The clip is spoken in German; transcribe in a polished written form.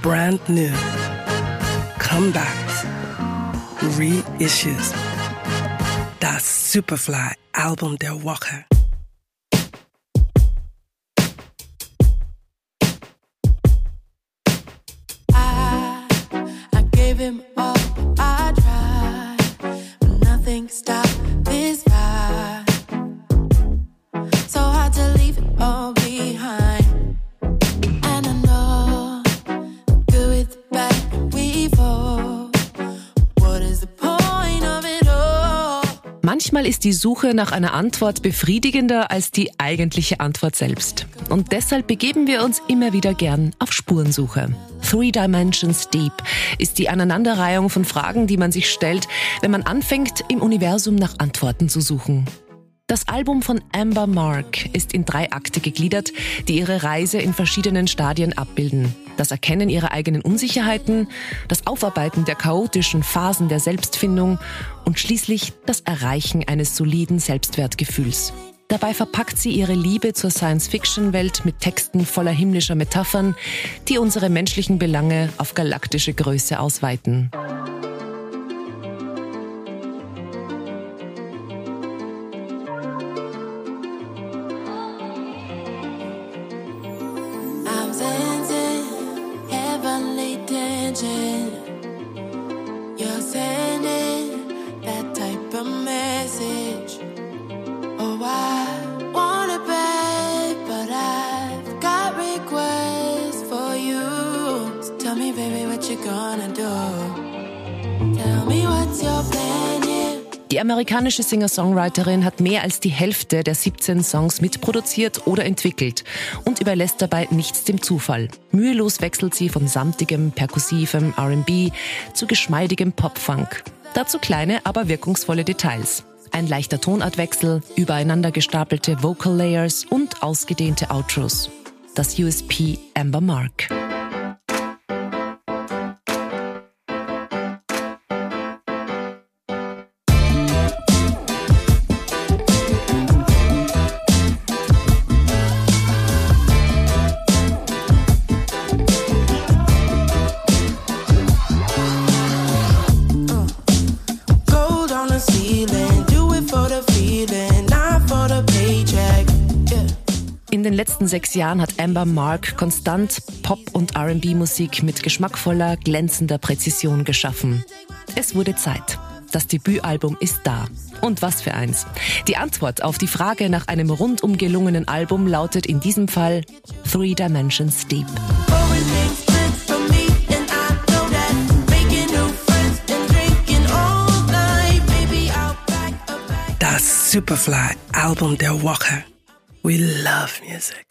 brand new, comebacks, reissues. Das Superfly-Album der Woche. I gave him all I tried, but nothing stopped this ride. So hard to leave it all behind. And I know, good with the bad, we fall. What is the point of it all? Manchmal ist die Suche nach einer Antwort befriedigender als die eigentliche Antwort selbst. Und deshalb begeben wir uns immer wieder gern auf Spurensuche. 3 Dimensions Deep ist die Aneinanderreihung von Fragen, die man sich stellt, wenn man anfängt, im Universum nach Antworten zu suchen. Das Album von Amber Mark ist in 3 Akte gegliedert, die ihre Reise in verschiedenen Stadien abbilden. Das Erkennen ihrer eigenen Unsicherheiten, das Aufarbeiten der chaotischen Phasen der Selbstfindung und schließlich das Erreichen eines soliden Selbstwertgefühls. Dabei verpackt sie ihre Liebe zur Science-Fiction-Welt mit Texten voller himmlischer Metaphern, die unsere menschlichen Belange auf galaktische Größe ausweiten. I'm sensing heavenly tension. You're sending that type of message. Oh, I want it back, but I've got requests for you. So tell me, baby, what you gonna do? Tell me what's your plan, yeah. Die amerikanische Singer-Songwriterin hat mehr als die Hälfte der 17 Songs mitproduziert oder entwickelt und überlässt dabei nichts dem Zufall. Mühelos wechselt sie von samtigem, perkussivem R&B zu geschmeidigem Pop-Funk. Dazu kleine, aber wirkungsvolle Details. Ein leichter Tonartwechsel, übereinander gestapelte Vocal Layers und ausgedehnte Outros. Das USP Amber Mark. Gold on the ceiling, do it for the feeling, not for the paycheck. Yeah. In den letzten 6 Jahren hat Amber Mark konstant Pop- und R&B-Musik mit geschmackvoller, glänzender Präzision geschaffen. Es wurde Zeit. Das Debütalbum ist da. Und was für eins. Die Antwort auf die Frage nach einem rundum gelungenen Album lautet in diesem Fall 3 Dimensions Deep. Going things good for me, and I know that. Making new friends and drinking all night. Baby, I'll pack a bag. Das Superfly-Album der Woche. We love music.